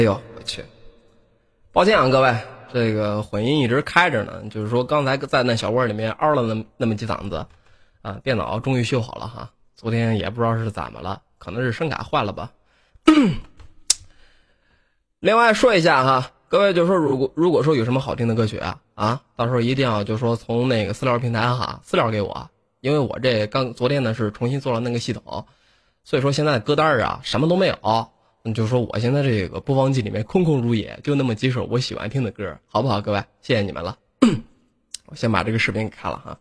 哎呦我去，抱歉啊各位，这个混音一直开着呢，就是说刚才在那小窝里面嗷了那么几嗓子啊，电脑终于修好了哈，昨天也不知道是怎么了，可能是声卡坏了吧。另外说一下哈，各位就说如果说有什么好听的歌曲啊，到时候一定要就说从那个私聊平台哈私聊给我，因为我这昨天呢是重新做了那个系统，所以说现在歌单啊什么都没有，就说我现在这个播放器里面空空如也，就那么几首我喜欢听的歌，好不好各位？谢谢你们了。我先把这个视频给开了哈。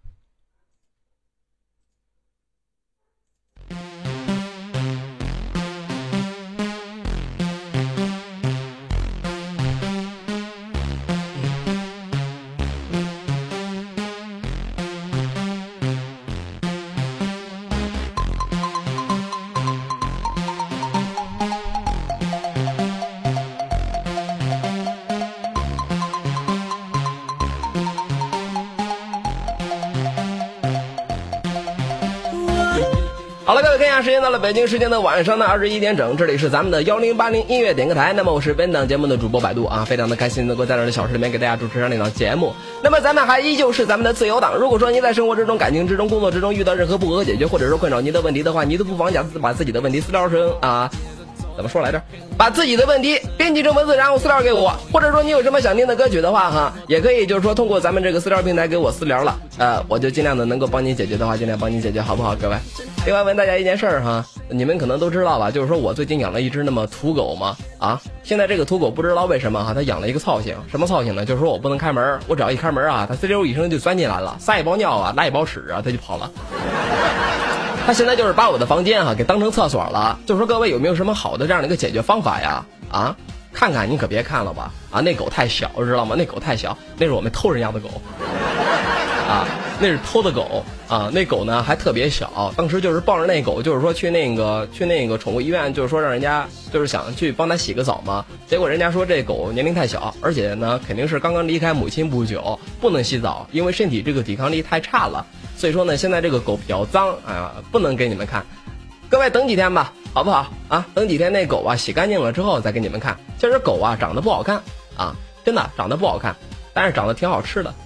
好了，各位看一下，时间到了北京时间的晚上的21点整，这里是咱们的1080音乐点歌台。那么我是本档节目的主播百度啊，非常的开心能够在这个小时里面给大家主持上这档节目。那么咱们还依旧是咱们的自由党。如果说您在生活之中、感情之中、工作之中遇到任何不可解决或者说困扰您的问题的话，你都不妨把自己的问题私聊成怎么说来着？把自己的问题编辑成文字，然后私聊给我，或者说你有什么想听的歌曲的话哈，也可以就是说通过咱们这个私聊平台给我私聊了，我就尽量的能够帮你解决的话，尽量帮你解决，好不好，各位？另外问大家一件事儿哈，你们可能都知道吧，就是说我最近养了一只那么土狗嘛，现在这个土狗不知道为什么哈，它养了一个操性，什么操性呢？就是说我不能开门，我只要一开门它滋溜一声就钻进来了，撒一包尿拉一包屎它就跑了。他现在就是把我的房间给当成厕所了，就说各位有没有什么好的这样的一个解决方法呀？看看你可别看了吧，那狗太小，知道吗？那狗太小，那是我们偷人家的狗，那是偷的狗那狗呢还特别小，当时就是抱着那狗，就是说去那个宠物医院，就是说让人家就是想去帮他洗个澡嘛，结果人家说这狗年龄太小，而且呢肯定是刚刚离开母亲不久，不能洗澡，因为身体这个抵抗力太差了。所以说呢，现在这个狗比较脏，不能给你们看。各位等几天吧，好不好等几天那狗洗干净了之后再给你们看。其实狗长得不好看真的长得不好看，但是长得挺好吃的。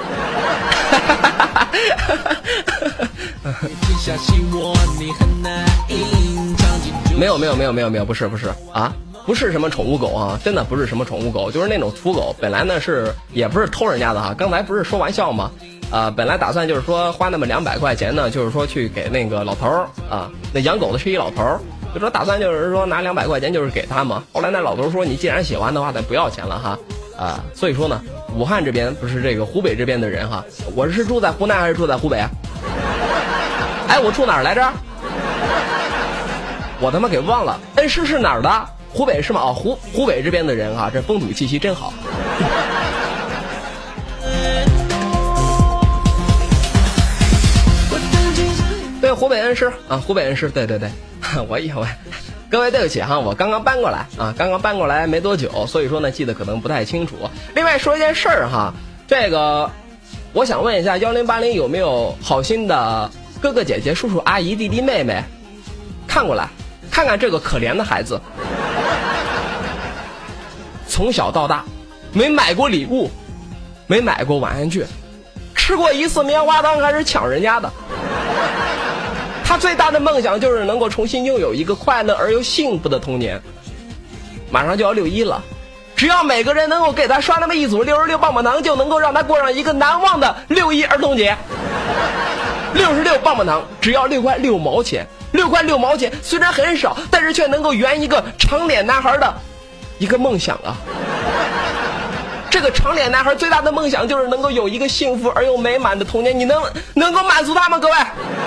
没有，不是不是什么宠物狗真的不是什么宠物狗，就是那种土狗。本来呢也不是偷人家的刚才不是说玩笑吗？本来打算就是说花那么200块钱呢，就是说去给那个老头那养狗的是一老头，就说打算就是说拿200块钱就是给他嘛。后来那老头说你既然喜欢的话，咱不要钱了所以说呢，武汉这边不是这个湖北这边的人我是住在湖南还是住在湖北我住哪儿来着？我他妈给忘了。恩施是哪儿的？湖北是吗？湖北这边的人这风土气息真好。对，湖北恩施湖北恩施，对，我以为各位对不起我刚刚搬过来没多久，所以说呢记得可能不太清楚。另外说一件事儿这个我想问一下1080有没有好心的哥哥姐姐叔叔阿姨弟弟妹妹看过来看看这个可怜的孩子，从小到大没买过礼物，没买过玩具，吃过一次棉花糖还是抢人家的。他最大的梦想就是能够重新拥有一个快乐而又幸福的童年。马上就要6·1了，只要每个人能够给他刷那么一组66棒棒糖，就能够让他过上一个难忘的6·1儿童节。66棒棒糖只要6块6毛钱，6块6毛钱虽然很少，但是却能够圆一个长脸男孩的一个梦想这个长脸男孩最大的梦想就是能够有一个幸福而又美满的童年，你能够满足他吗？各位，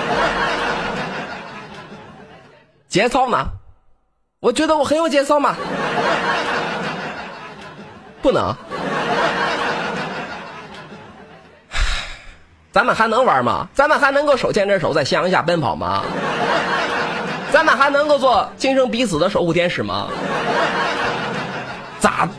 节操呢？我觉得我很有节操吗？不能。咱们还能玩吗？咱们还能够手牵着手在夕阳下奔跑吗？咱们还能够做今生彼此的守护天使吗？咋？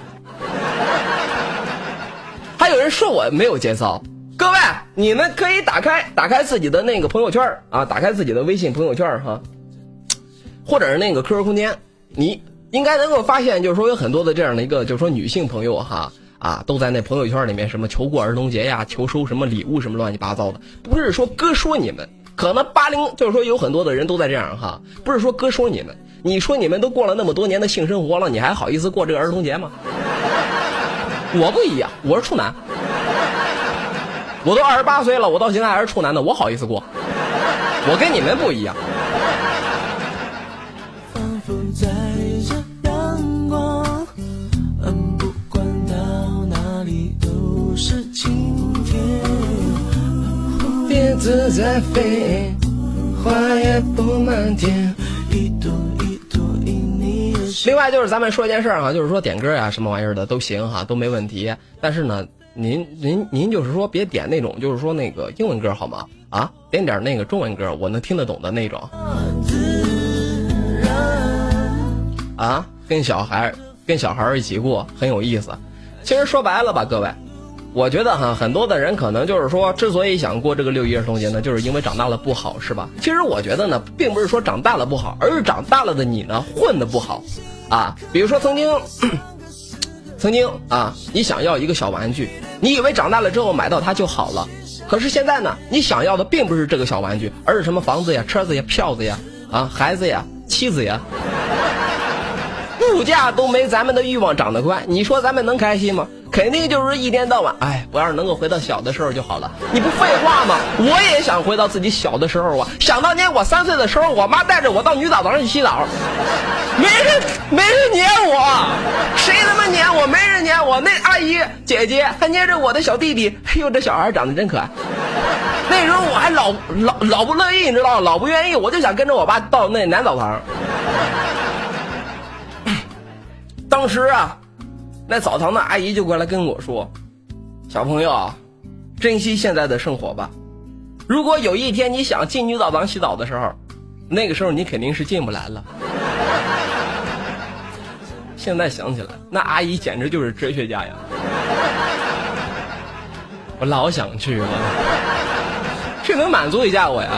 还有人说我没有节操，各位，你们可以打开自己的那个朋友圈打开自己的微信朋友圈或者是那个 QQ 空间，你应该能够发现，就是说有很多的这样的一个，就是说女性朋友哈都在那朋友圈里面什么求过儿童节呀，求收什么礼物什么乱七八糟的。不是说哥说你们，可能80就是说有很多的人都在这样哈，不是说哥说你们，你说你们都过了那么多年的性生活了，你还好意思过这个儿童节吗？我不一样，我是处男，我都28岁了，我到现在还是处男的，我好意思过，我跟你们不一样。叶子在飞，花也不满天，一朵一朵因你而生。另外就是咱们说一件事啊，就是说点歌啊什么玩意儿的都行哈，都没问题。但是呢，您就是说别点那种就是说那个英文歌好吗？啊，点点那个中文歌，我能听得懂的那种。啊，跟小孩一起过很有意思。其实说白了吧，各位。我觉得哈，很多的人可能就是说，之所以想过这个6一儿童节呢，就是因为长大了不好，是吧？其实我觉得呢，并不是说长大了不好，而是长大了的你呢，混得不好啊。比如说曾经啊，你想要一个小玩具，你以为长大了之后买到它就好了，可是现在呢，你想要的并不是这个小玩具，而是什么房子呀、车子呀、票子呀、孩子呀、妻子呀，物价都没咱们的欲望涨得快，你说咱们能开心吗？肯定就是一天到晚，哎，我要是能够回到小的时候就好了。你不废话吗？我也想回到自己小的时候啊！想当年我3岁的时候，我妈带着我到女澡堂去洗澡，没人撵我，谁他妈撵我？没人撵我，那阿姨姐姐还捏着我的小弟弟，哎呦，这小孩长得真可爱。那时候我还老不乐意，你知道吗？老不愿意，我就想跟着我爸到那男澡堂。当时啊。那澡堂的阿姨就过来跟我说，小朋友，珍惜现在的生活吧，如果有一天你想进女澡堂洗澡的时候，那个时候你肯定是进不来了。现在想起来，那阿姨简直就是哲学家呀，我老想去了，这能满足一下我呀。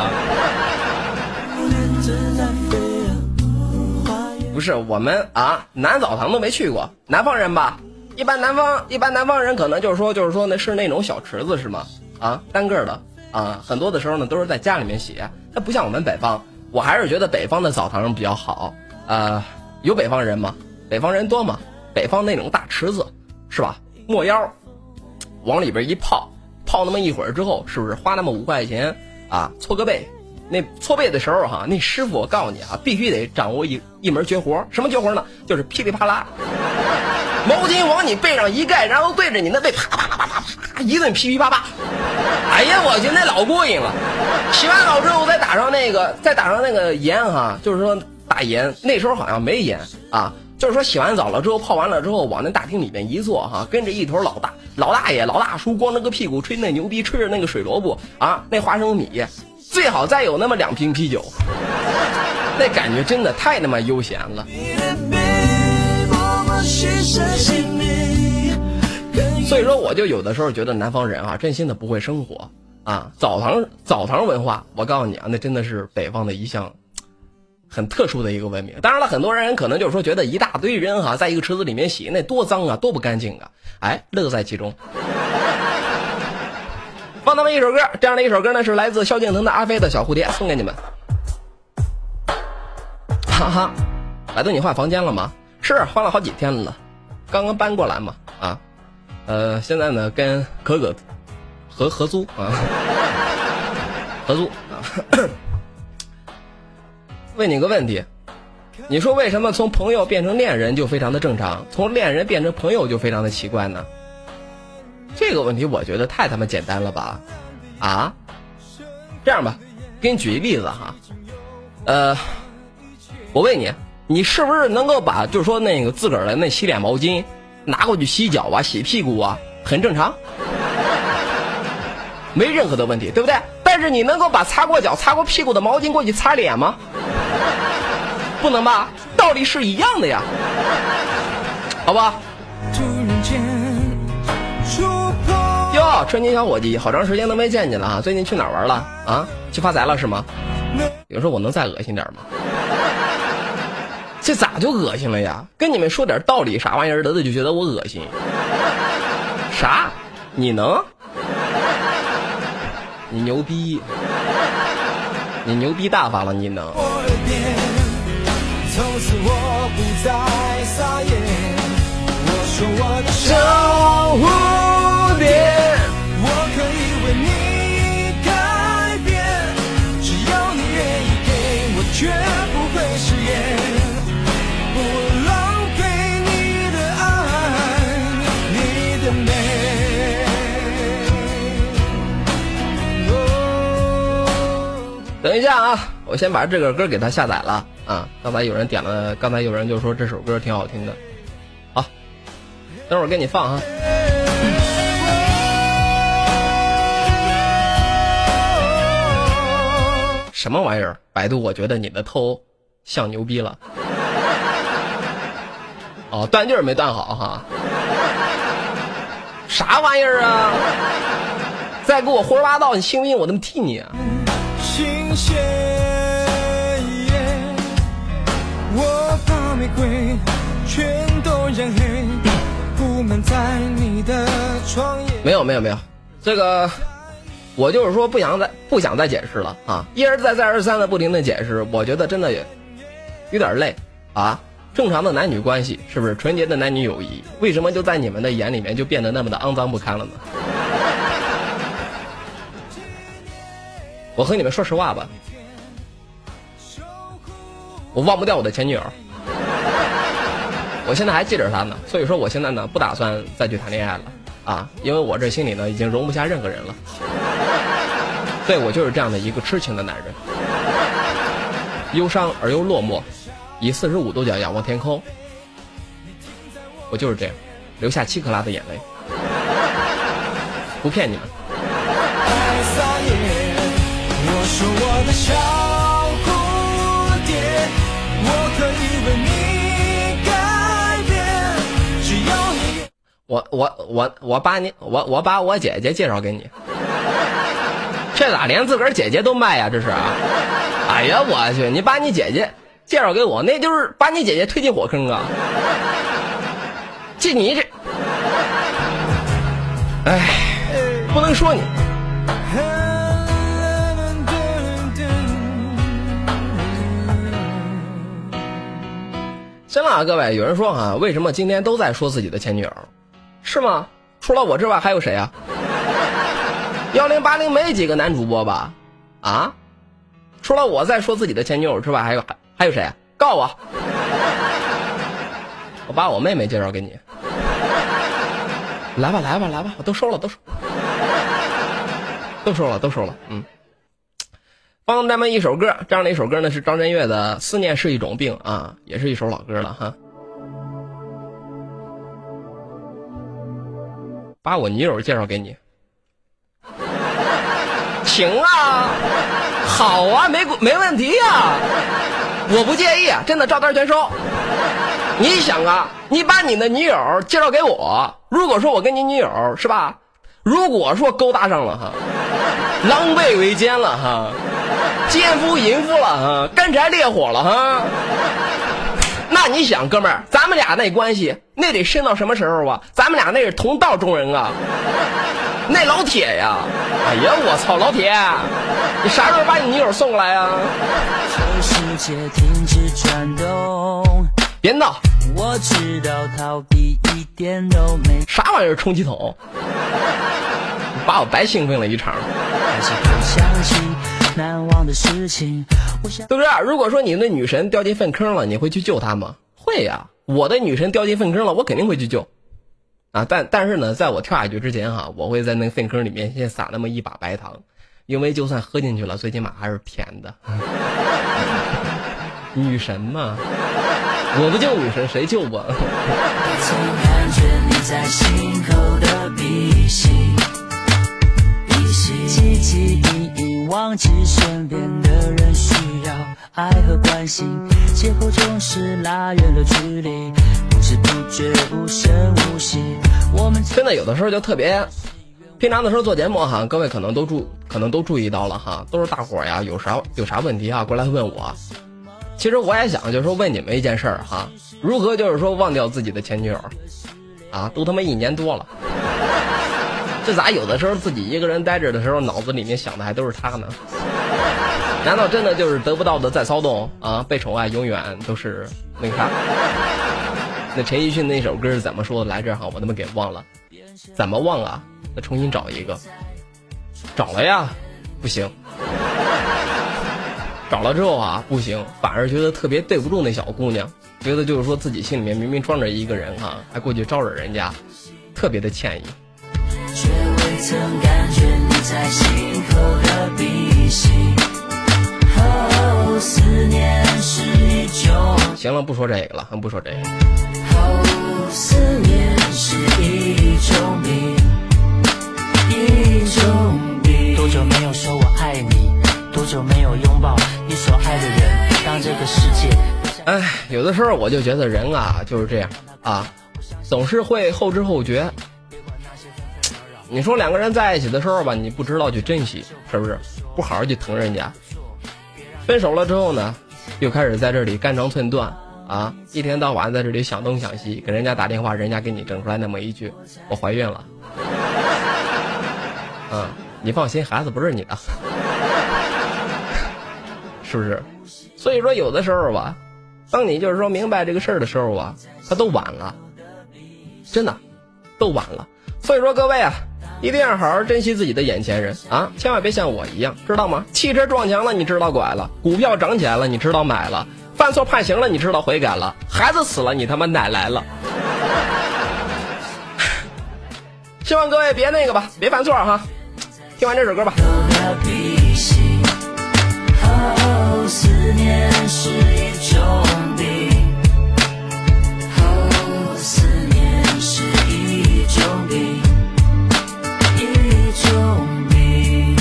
不是我们啊，男澡堂都没去过，南方人吧，一般南方人可能就是说那是那种小池子是吗？啊，单个的啊，很多的时候呢都是在家里面洗，它不像我们北方，我还是觉得北方的澡堂比较好。有北方人吗？北方人多吗？北方那种大池子是吧？没腰，往里边一泡那么一会儿之后，是不是花那么5块钱啊搓个背？那搓背的时候哈，那师傅我告诉你啊，必须得掌握一门绝活。什么绝活呢？就是噼里啪啦，毛巾往你背上一盖，然后对着你那背啪啪啪啪啪啪一顿噼噼啪啪。哎呀，我去，那老过瘾了。洗完澡之后再打上那个盐哈，就是说打盐。那时候好像没盐啊，就是说洗完澡了之后泡完了之后往那大厅里面一坐哈，跟着一头老大爷老大叔光着个屁股吹那牛逼，吹着那个水萝卜啊，那花生米。最好再有那么2瓶啤酒，那感觉真的太他妈悠闲了。所以说我就有的时候觉得南方人啊，真心的不会生活啊。澡堂文化，我告诉你啊，那真的是北方的一项很特殊的一个文明。当然了，很多人可能就是说觉得一大堆人哈，在一个池子里面洗，那多脏啊，多不干净啊，哎，乐在其中。放他们一首歌，这样的一首歌呢是来自萧敬腾的阿飞的小蝴蝶，送给你们。哈哈，百度你换房间了吗？是换了好几天了，刚刚搬过来嘛啊，现在呢跟可可合租啊，合租啊。问你个问题，你说为什么从朋友变成恋人就非常的正常，从恋人变成朋友就非常的奇怪呢？这个问题我觉得太他妈简单了吧？啊，这样吧，给你举一例子哈，我问你，你是不是能够把就是说那个自个儿的那洗脸毛巾拿过去洗脚啊、洗屁股啊，很正常，没任何的问题，对不对？但是你能够把擦过脚、擦过屁股的毛巾过去擦脸吗？不能吧？道理是一样的呀，好吧？哟，春节小伙计，好长时间都没见你了啊！最近去哪儿玩了啊？去发财了是吗？有时候我能再恶心点吗？ 这咋就恶心了呀？跟你们说点道理啥玩意儿的就觉得我恶心。啥？你能？你牛逼，你牛逼大发了，你能？从此我不再撒野，我说我的小蝴蝶，我可以为你改变，只要你愿意给我，绝不会食言，不浪费你的爱，你的美。等一下啊，我先把这个歌给他下载了啊。刚才有人点了，刚才有人就说这首歌挺好听的。好，等会儿给你放啊。什么玩意儿？百度，我觉得你的头像牛逼了。哦，断句没断好哈。啥玩意儿啊？再给我胡说八道，你信不信我他妈踢你啊？新鲜，我把玫瑰全都染黑，布满在你的窗沿。没有，这个我就是说不想再解释了啊！一而再再而三的不停的解释，我觉得真的也有点累啊！正常的男女关系是不是纯洁的男女友谊？为什么就在你们的眼里面就变得那么的肮脏不堪了呢？我和你们说实话吧，我忘不掉我的前女友，我现在还记着她呢，所以说我现在呢不打算再去谈恋爱了啊，因为我这心里呢已经容不下任何人了。对，我就是这样的一个痴情的男人，忧伤而又落寞，以45度角仰望天空，我就是这样，留下7克拉的眼泪，不骗你们。我说我的小蝴蝶，我可以为你改变，只要你我把我姐姐介绍给你，这咋连自个儿姐姐都卖呀？这是啊！哎呀，我去！你把你姐姐介绍给我，那就是把你姐姐推进火坑啊！这你这，哎，不能说你。真的啊，各位，有人说啊，为什么今天都在说自己的前女友？是吗？除了我之外还有谁啊？1080没几个男主播吧？啊？除了我在说自己的前女友之外，还有谁？告我！我把我妹妹介绍给你。来吧，我都收了，都收了。嗯。放咱们一首歌，这样的一首歌呢是张震岳的《思念是一种病》啊，也是一首老歌了哈。把我女友介绍给你，行啊，好啊，没问题啊，我不介意啊，真的照单全收。你想啊，你把你的女友介绍给我，如果说我跟你女友是吧，如果说勾搭上了哈，狼狈为奸了哈，奸夫淫妇了哈，干柴烈火了哈，那你想哥们儿，咱们俩那关系那得深到什么时候啊？咱们俩那是同道中人啊，那老铁呀，哎呀我操，老铁，你啥时候把你女友送过来啊？世界停止转动，别闹，我知道逃避一点都没。啥玩意儿充气筒？把我白兴奋了一场。还是会想起难忘的事情。对不对？如果说你的女神掉进粪坑了，你会去救她吗？会呀，我的女神掉进粪坑了，我肯定会去救啊。但是呢，在我跳下去之前哈，我会在那个粪坑里面先撒那么一把白糖，因为就算喝进去了，最起码还是甜的。女神嘛，我不救女神，谁救我？曾感觉你在心口的鼻息，汲汲营营，忘记身边的人需要爱和关心，邂逅总是拉远了距离，不知不觉无声无息。我们真的有的时候就特别，平常的时候做节目哈，各位可能都注意到了哈，都是大伙呀，有啥问题啊，过来问我。 其实我也想就是说问你们一件事儿哈，如何就是说忘掉自己的前女友啊？都他妈1年多了，这咋有的时候自己一个人待着的时候，脑子里面想的还都是他呢？难道真的就是得不到的再骚动啊？被宠爱永远都是那个啥？那陈奕迅那首歌是怎么说的来着？哈，我他妈给忘了，怎么忘啊？再重新找一个，找了呀，不行。找了之后啊，不行，反而觉得特别对不住那小姑娘，觉得就是说自己心里面明明装着一个人啊，还过去招惹人家，特别的歉意。却未曾感觉你在心口的鼻息，思念是一种。行了，不说这个了，不说这个。思念是一种病，一种病。多久没有说我爱你？多久没有拥抱你所爱的人？当这个世界……哎，有的时候我就觉得人啊就是这样啊，总是会后知后觉。你说两个人在一起的时候吧，你不知道去珍惜，是不是？不好好去疼人家。分手了之后呢，又开始在这里肝肠寸断啊，一天到晚在这里想东想西，给人家打电话，人家给你整出来那么一句我怀孕了。你放心，孩子不是你的。是不是？所以说有的时候吧，当你就是说明白这个事儿的时候吧，它都晚了，真的都晚了。所以说各位啊，一定要好好珍惜自己的眼前人啊，千万别像我一样，知道吗？汽车撞墙了你知道拐了，股票涨起来了你知道买了，犯错判刑了你知道悔改了，孩子死了你他妈奶来了。希望各位别那个吧，别犯错哈。听完这首歌吧。思念是一种病，思念是一种病，一种病。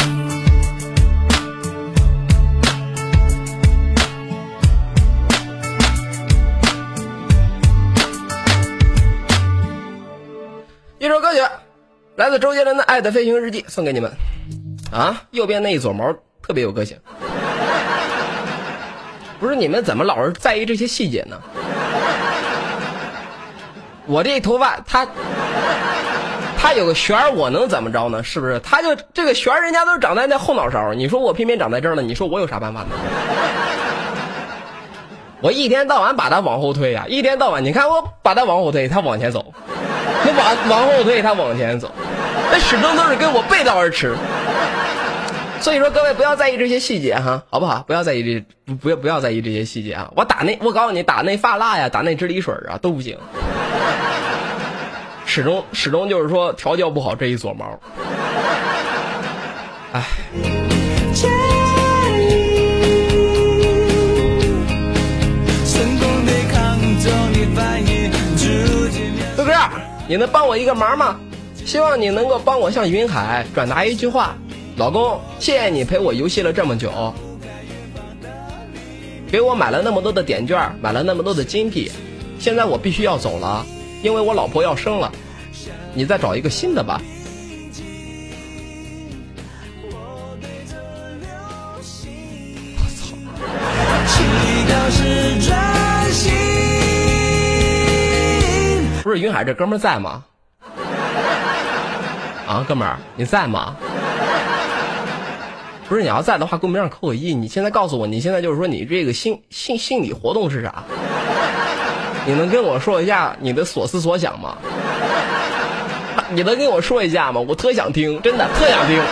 一首歌曲来自周杰伦的《爱的飞行日记》，送给你们啊！右边那一撮毛特别有个性。不是你们怎么老是在意这些细节呢？我这头发它有个旋儿，我能怎么着呢？是不是？它就这个旋儿，人家都长在那后脑勺，你说我偏偏长在这儿了，你说我有啥办法呢？我一天到晚把它往后推啊，一天到晚你看我把它往后推，它往前走；我往后推，它往前走，它始终都是跟我背道而驰。所以说各位不要在意这些细节哈，好不好？不要在意不要在意这些细节啊！我告诉你，打那发蜡呀，打那支离水啊都不行，始终就是说调教不好这一撮毛。哎，哥哥，你能帮我一个忙吗？希望你能够帮我向云海转达一句话。老公，谢谢你陪我游戏了这么久，给我买了那么多的点券，买了那么多的金币，现在我必须要走了，因为我老婆要生了，你再找一个新的吧。我操！不是云海这哥们儿在吗？啊，哥们儿你在吗？不是，你要在的话公屏上扣个1。你现在告诉我，你现在就是说你这个心理活动是啥？你能跟我说一下你的所思所想吗？你能跟我说一下吗？我特想听，真的特想听。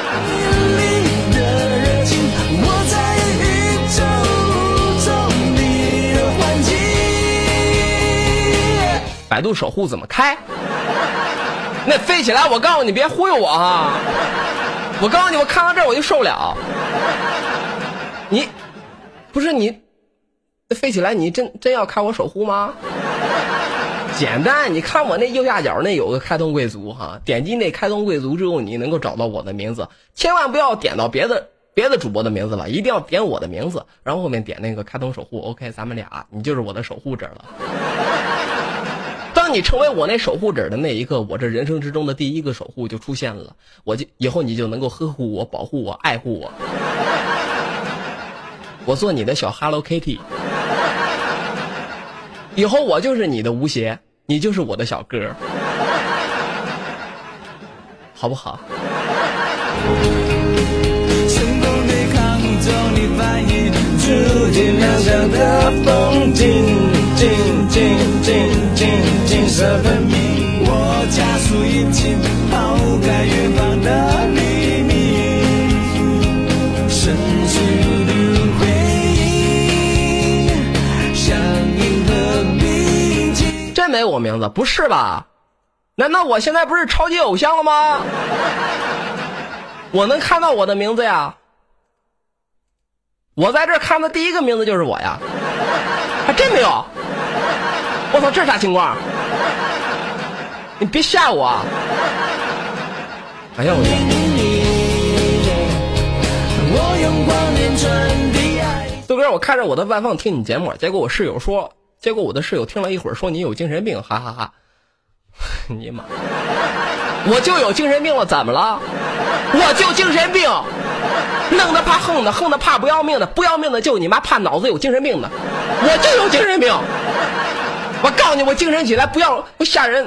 百度守护怎么开？那飞起来，我告诉你别忽悠我啊！我告诉你，我看到这儿我就受不了。你不是你飞起来，你真要开我守护吗？简单，你看我那右下角那有个开通贵族哈，点击那开通贵族之后，你能够找到我的名字，千万不要点到别的主播的名字了，一定要点我的名字，然后后面点那个开通守护 ，OK， 咱们俩你就是我的守护者了。当你成为我那守护者的那一刻，我这人生之中的第一个守护就出现了，以后你就能够呵护我、保护我、爱护我，我做你的小 Hello Kitty。 以后我就是你的吴邪，你就是我的小哥，好不好？成功对抗中你翻译出尽渺小的风景，景色分明，我加速引擎抛开远方的黎明，深邃的回忆像银河冰晶。真没我名字？不是吧？难道我现在不是超级偶像了吗？我能看到我的名字呀，我在这看的第一个名字就是我呀，还真没有。我操，这啥情况？你别吓我！哎呀，我豆哥，我看着我的外放听你节目，结果我的室友听了一会儿说你有精神病，哈哈哈。你妈！我就有精神病了，怎么了？我就精神病，弄得怕横的，横的怕不要命的，不要命的就你妈怕脑子有精神病的，我就有精神病。我告诉你，我精神起来不要不吓人。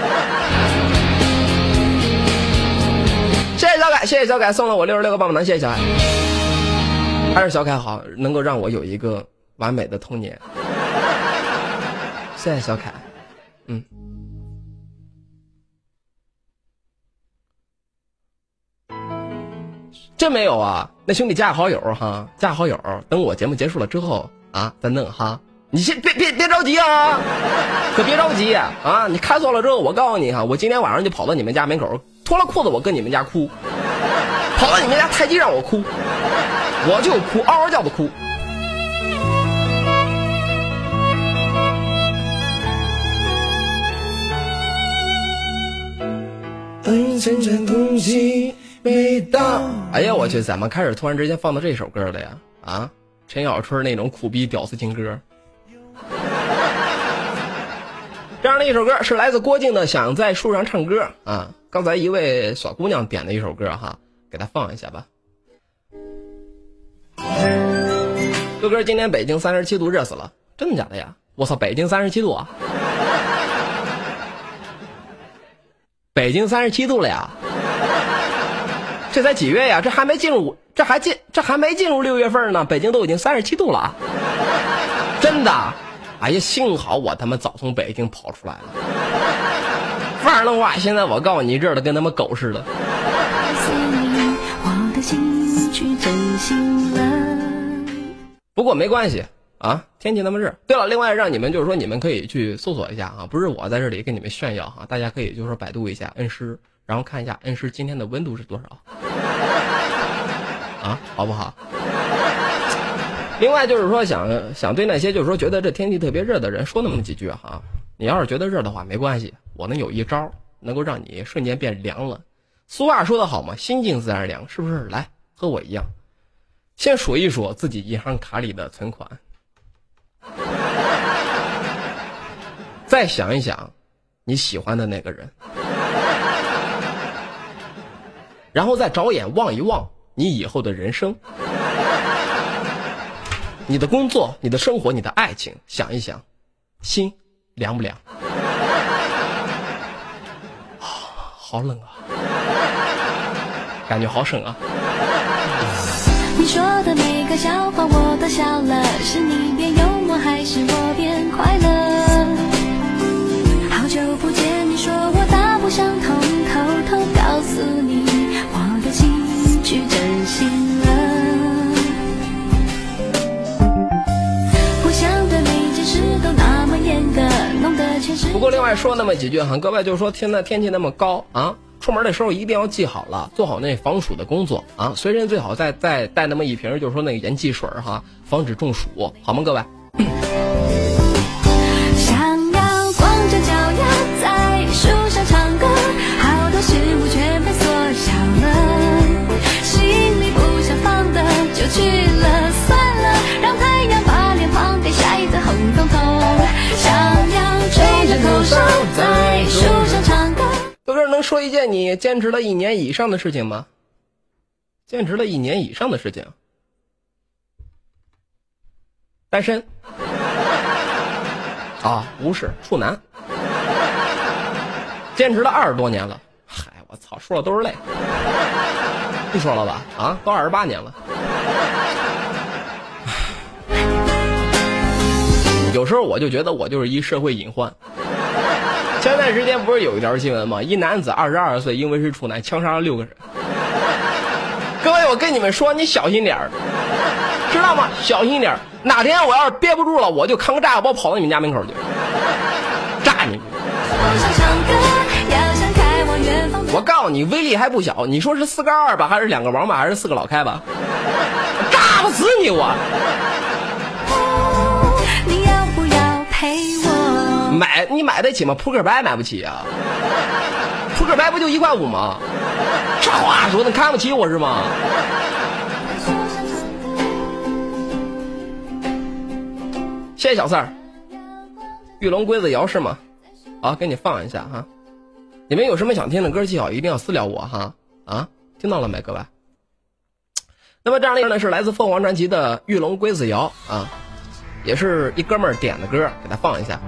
谢谢小凯，谢谢小凯送了我66个棒棒糖，谢谢小凯。还是小凯好，能够让我有一个完美的童年。谢谢小凯，真没有啊，那兄弟加个好友哈，加个好友，等我节目结束了之后啊，再弄哈。你先别着急啊，可别着急啊！你开错了之后，我告诉你哈，我今天晚上就跑到你们家门口，脱了裤子我跟你们家哭，跑到你们家台阶让我哭，我就哭，嗷嗷叫的哭。哎呀，我去，怎么开始突然之间放到这首歌了呀？啊，陈小春那种苦逼屌丝情歌。这样的一首歌是来自郭靖的《想在树上唱歌》啊。刚才一位小姑娘点的一首歌哈，给她放一下吧。这歌今天北京37度，热死了，真的假的呀？我操，北京37度啊！北京37度了呀！这才几月呀？这还没进入6月份呢，北京都已经37度了，真的！哎呀，幸好我他妈早从北京跑出来了，不然的话，现在我告诉你，热的跟他妈狗似的。不过没关系啊，天气那么热。对了，另外让你们就是说，你们可以去搜索一下啊，不是我在这里跟你们炫耀哈，大家可以就是说百度一下恩施，然后看一下恩施今天的温度是多少啊，好不好？另外就是说想对那些就是说觉得这天气特别热的人说那么几句哈，你要是觉得热的话没关系，我能有一招能够让你瞬间变凉了。俗话说得好嘛，心静自然凉，是不是？来和我一样，先数一数自己银行卡里的存款，再想一想你喜欢的那个人，然后再找眼望一望你以后的人生，你的工作，你的生活，你的爱情，想一想，心凉不凉？好冷啊，感觉好省啊。 你说的每个笑话我都笑了，是你变幽默还是我变快乐？好久不见，你说我大不相同，偷偷告诉你我的情绪真心了。不想对每件事都那么严格，弄得全是。 不过另外说那么几句哈，各位就是说现在天气那么高啊，出门的时候一定要记好了，做好那防暑的工作啊，随身最好再带那么一瓶就是说那个盐汽水哈，防止中暑，好吗各位？ 想要光着脚丫在树上唱歌，好多事物全被缩小了，心里不想放的就去了，算了，让太阳把脸庞给晒得红彤彤，想要吹着口哨在树上唱歌。 豆哥能说一件你坚持了1年以上的事情吗？坚持了1年以上的事情，单身。 啊，不是处男，坚持了20多年了。嗨，我操，说了都是泪。不说了吧？啊，都28年了。有时候我就觉得我就是一社会隐患。前段时间不是有一条新闻吗？一男子22岁因为是处男枪杀了6个人。各位，我跟你们说，你小心点儿，知道吗？小心点儿，哪天我要是憋不住了，我就扛个炸药包跑到你们家门口去，炸你们！我告诉你，威力还不小。你说是4个2吧，还是2个王吧，还是4个老开吧？炸不死你我！ 你要不要陪我？ 你买得起吗？扑克牌买不起啊！扑克牌不就1块5吗？啥话说的，看不起我是吗？谢谢小四儿。玉龙龟子摇是吗？好，给你放一下哈。你们有什么想听的歌记好一定要私聊我哈啊，听到了没各位？那么这样的呢是来自凤凰传奇的玉龙龟子摇啊，也是一哥们儿点的歌，给他放一下。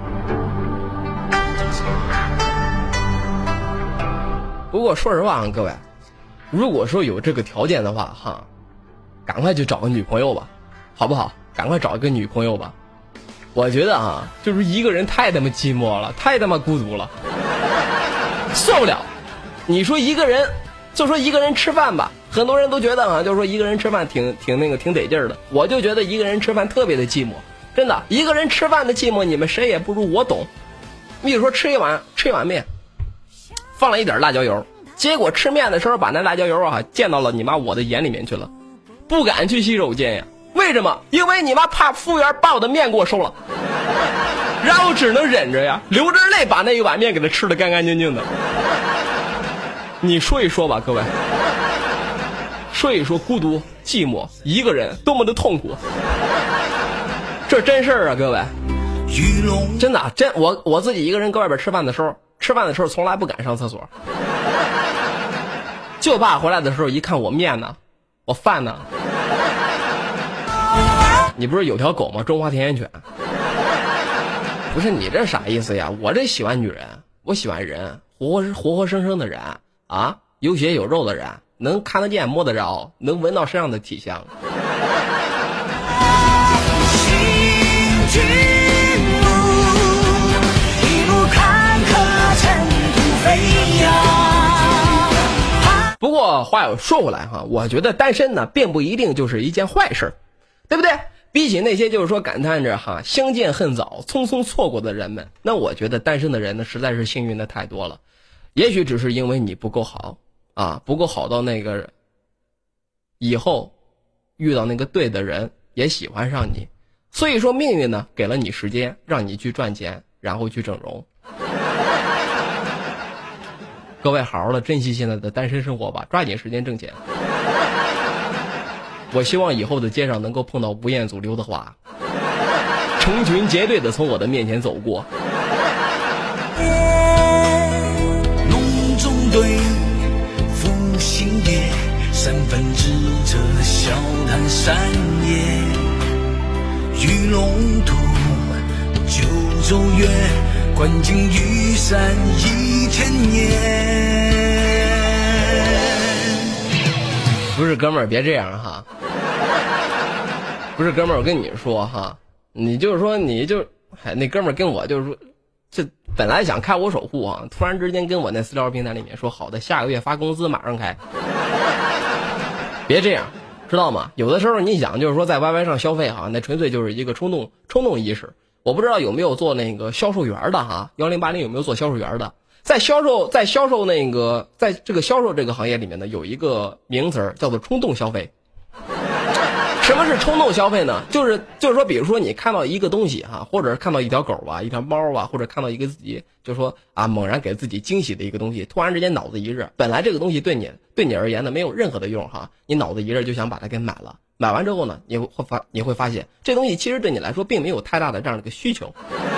不过说实话啊，各位，如果说有这个条件的话哈，赶快去找个女朋友吧，好不好？赶快找一个女朋友吧。我觉得啊，就是一个人太他妈寂寞了，太他妈孤独了，受不了。你说一个人，就说一个人吃饭吧，很多人都觉得啊，就是说一个人吃饭挺得劲儿的。我就觉得一个人吃饭特别的寂寞，真的，一个人吃饭的寂寞，你们谁也不如我懂。你比如说吃一碗面，放了一点辣椒油，结果吃面的时候把那辣椒油啊溅到了你妈我的眼里面去了，不敢去洗手间呀。为什么？因为你妈怕服务员把我的面给我收了，然后只能忍着呀，流着泪把那一碗面给他吃得干干净净的。你说一说吧，各位，说一说孤独寂寞一个人多么的痛苦，这真事儿啊，各位，真的真我自己一个人搁外边吃饭的时候从来不敢上厕所，就怕回来的时候一看我面呢，我饭呢。你不是有条狗吗？中华田园犬。不是你这啥意思呀？我这喜欢女人，我喜欢人，活活生生的人啊，有血有肉的人，能看得见摸得着，能闻到身上的体香。不过话又说回来哈，我觉得单身呢并不一定就是一件坏事，对不对？比起那些就是说感叹着哈相见恨早匆匆错过的人们，那我觉得单身的人呢实在是幸运的太多了。也许只是因为你不够好啊，不够好到那个以后遇到那个对的人也喜欢上你，所以说命运呢给了你时间让你去赚钱，然后去整容。各位好好的珍惜现在的单身生活吧，抓紧时间挣钱。我希望以后的街上能够碰到吴彦祖、刘德华，成群结队的从我的面前走过。 隆中对负心夜，三分之这笑谈山野，玉龙图九州月，观景玉山一天年。 不是哥们儿，别这样哈。不是哥们儿，我跟你说哈，你就是说那哥们儿跟我就是说，这本来想开我守护啊，突然之间跟我那私聊平台里面说好的，下个月发工资马上开。别这样，知道吗？有的时候你想就是说在 YY 上消费哈，那纯粹就是一个冲动意识。我不知道有没有做那个销售员的哈，1080有没有做销售员的？在这个销售这个行业里面呢，有一个名词叫做冲动消费。什么是冲动消费呢？就是说，比如说你看到一个东西哈，或者是看到一条狗吧，一条猫吧，或者看到一个自己，就是说啊，猛然给自己惊喜的一个东西，突然之间脑子一热，本来这个东西对你而言呢没有任何的用哈，你脑子一热就想把它给买了。买完之后呢，你会发现这东西其实对你来说并没有太大的这样的一个需求。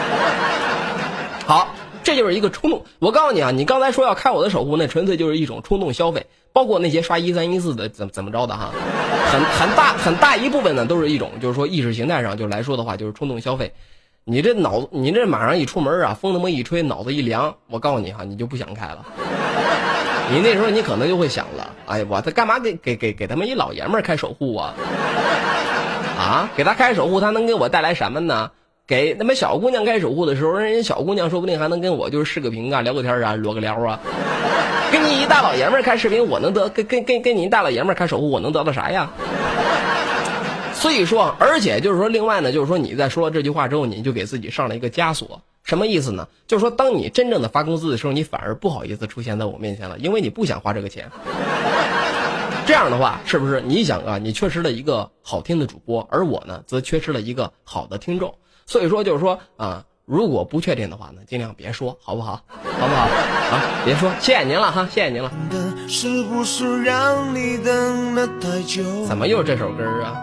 好，这就是一个冲动。我告诉你啊，你刚才说要开我的守护，那纯粹就是一种冲动消费，包括那些刷1314的怎么着的哈，很大一部分呢都是一种就是说意识形态上就来说的话就是冲动消费。 你这马上一出门啊，风那么一吹，脑子一凉，我告诉你哈，你就不想开了。你那时候你可能就会想了，哎呀，我这干嘛给他们一老爷们儿开守护啊？啊，给他开守护，他能给我带来什么呢？给那么小姑娘开守护的时候，人家小姑娘说不定还能跟我就是视个频啊，聊个天啊，裸个聊啊。跟你一大老爷们儿开视频，我能得跟你一大老爷们儿开守护，我能得到啥呀？所以说，而且就是说，另外呢，就是说你在说了这句话之后，你就给自己上了一个枷锁。什么意思呢？就是说，当你真正的发工资的时候，你反而不好意思出现在我面前了，因为你不想花这个钱。这样的话，是不是你想啊？你缺失了一个好听的主播，而我呢，则缺失了一个好的听众。所以说，就是说啊，如果不确定的话呢，尽量别说，好不好？好不好？啊，别说，谢谢您了哈，谢谢您了。 是不是让你等了太久？ 怎么又是这首歌啊？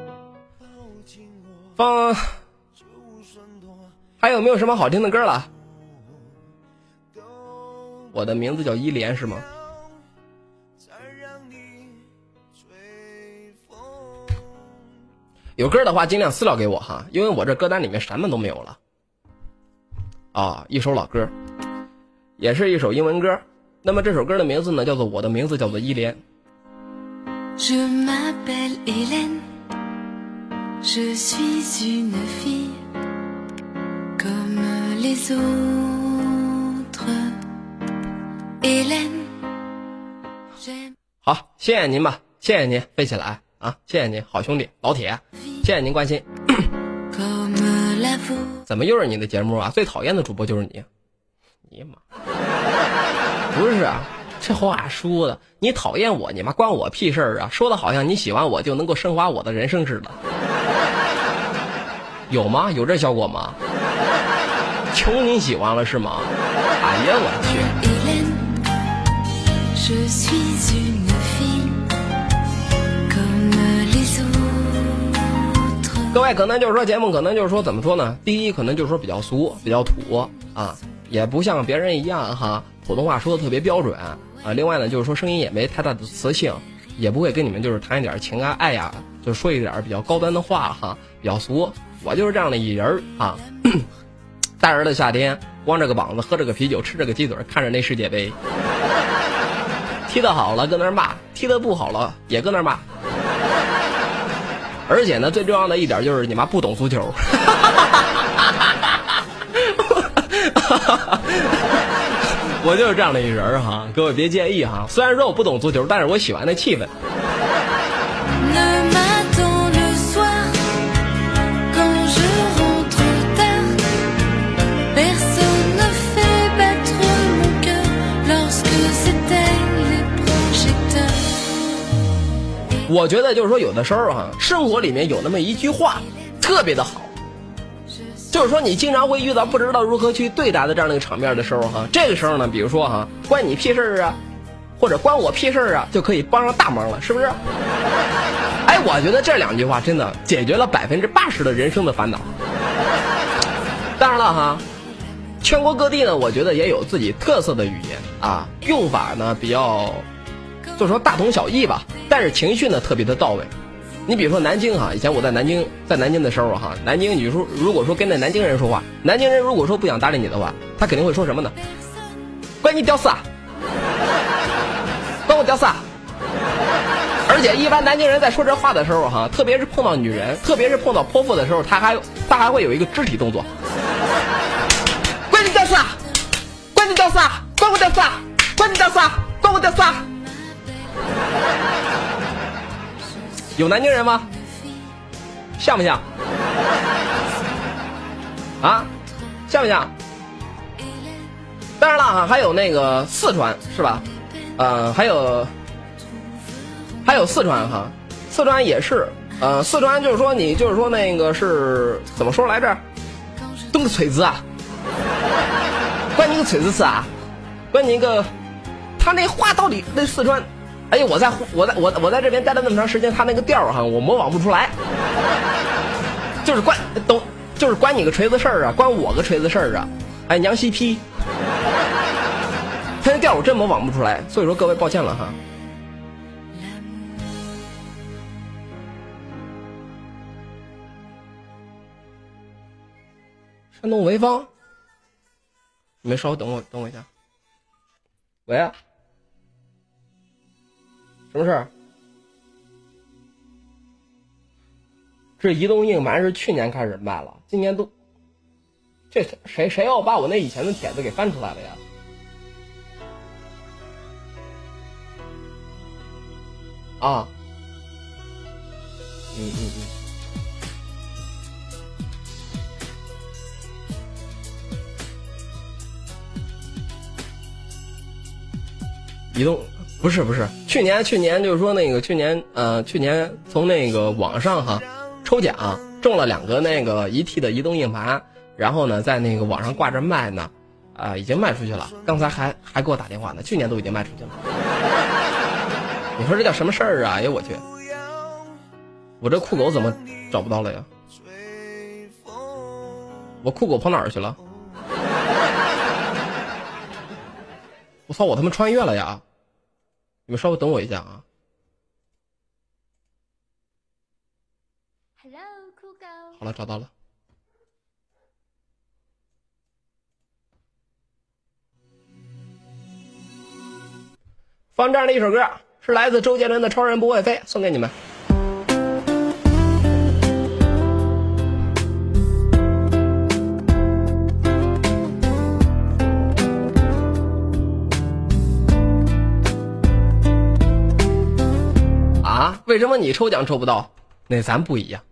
放，还有没有什么好听的歌了？我的名字叫依莲是吗？有歌的话尽量私聊给我哈，因为我这歌单里面什么都没有了。啊，一首老歌，也是一首英文歌。那么这首歌的名字呢，叫做《我的名字叫做依莲》。 Je m'appelle Hélène, je suis une fille comme les autres. Hélène, j'aime. 好，谢谢您吧，谢谢您，飞起来啊！谢谢您，好兄弟，老铁，谢谢您关心。怎么又是你的节目啊？最讨厌的主播就是你，你妈！不是啊，这话说的，你讨厌我，你妈关我屁事儿啊！说的好像你喜欢我就能够升华我的人生似的，有吗？有这效果吗？求你喜欢了是吗？哎呀，我去！各位可能就是说节目可能就是说怎么说呢？第一可能就是说比较俗比较土啊，也不像别人一样哈，普通话说的特别标准啊。另外呢就是说声音也没太大的磁性，也不会跟你们就是谈一点情啊爱呀，就说一点比较高端的话哈，比较俗。我就是这样的一人啊。大热的夏天，光着个膀子喝着个啤酒吃着个鸡腿看着那世界杯，踢得好了搁那儿骂，踢得不好了也搁那儿骂。而且呢，最重要的一点就是你妈不懂足球。我就是这样的一人哈，各位别介意哈。虽然说我不懂足球，但是我喜欢那气氛。我觉得就是说有的时候哈，生活里面有那么一句话特别的好，就是说你经常会遇到不知道如何去对待的这样的一个场面的时候哈，这个时候呢，比如说哈，关你屁事啊，或者关我屁事啊，就可以帮上大忙了，是不是？哎，我觉得这两句话真的解决了80%的人生的烦恼。当然了哈，全国各地呢，我觉得也有自己特色的语言啊，用法呢比较就说大同小异吧，但是情绪呢特别的到位。你比如说南京哈，以前我在南京的时候哈，南京你说如果说跟那南京人说话，南京人如果说不想搭理你的话，他肯定会说什么呢？关你屌丝啊，关我屌丝啊。而且一般南京人在说这话的时候哈，特别是碰到女人，特别是碰到泼妇的时候，他还会有一个肢体动作，关你屌丝啊，关你屌丝啊，关我屌丝啊，关你屌丝啊，关我屌丝啊。有南京人吗？像不像？啊，像不像？当然了哈，还有那个四川是吧？还有四川哈，四川也是，四川就是说你就是说那个是怎么说来着？动个锤子啊，关你个锤子是啊，关你一个，他那话到底那四川。哎呀，我在这边待了那么长时间，他那个调哈，我模仿不出来。就是关你个锤子事儿啊，关我个锤子事儿啊，哎娘西批，他那调我真模仿不出来，所以说各位抱歉了哈。 山东潍坊，你们稍微等我一下。喂，什么事儿？这移动硬盘是去年开始卖了，今年都，这谁要把我那以前的帖子给翻出来了呀？啊，移动不是，去年就是说那个去年从那个网上哈抽奖中了2个那个1T 的移动硬盘，然后呢在那个网上挂着卖呢，已经卖出去了。刚才还给我打电话呢，去年都已经卖出去了。你说这叫什么事儿啊？哎呦我去，我这酷狗怎么找不到了呀？我酷狗跑哪儿去了？我操，我他妈穿越了呀！你们稍微等我一下啊。 Hello， 酷狗。 好了，找到了。放这样的一首歌，是来自周杰伦的《超人不会飞》，送给你们。为什么你抽奖抽不到？那咱不一样，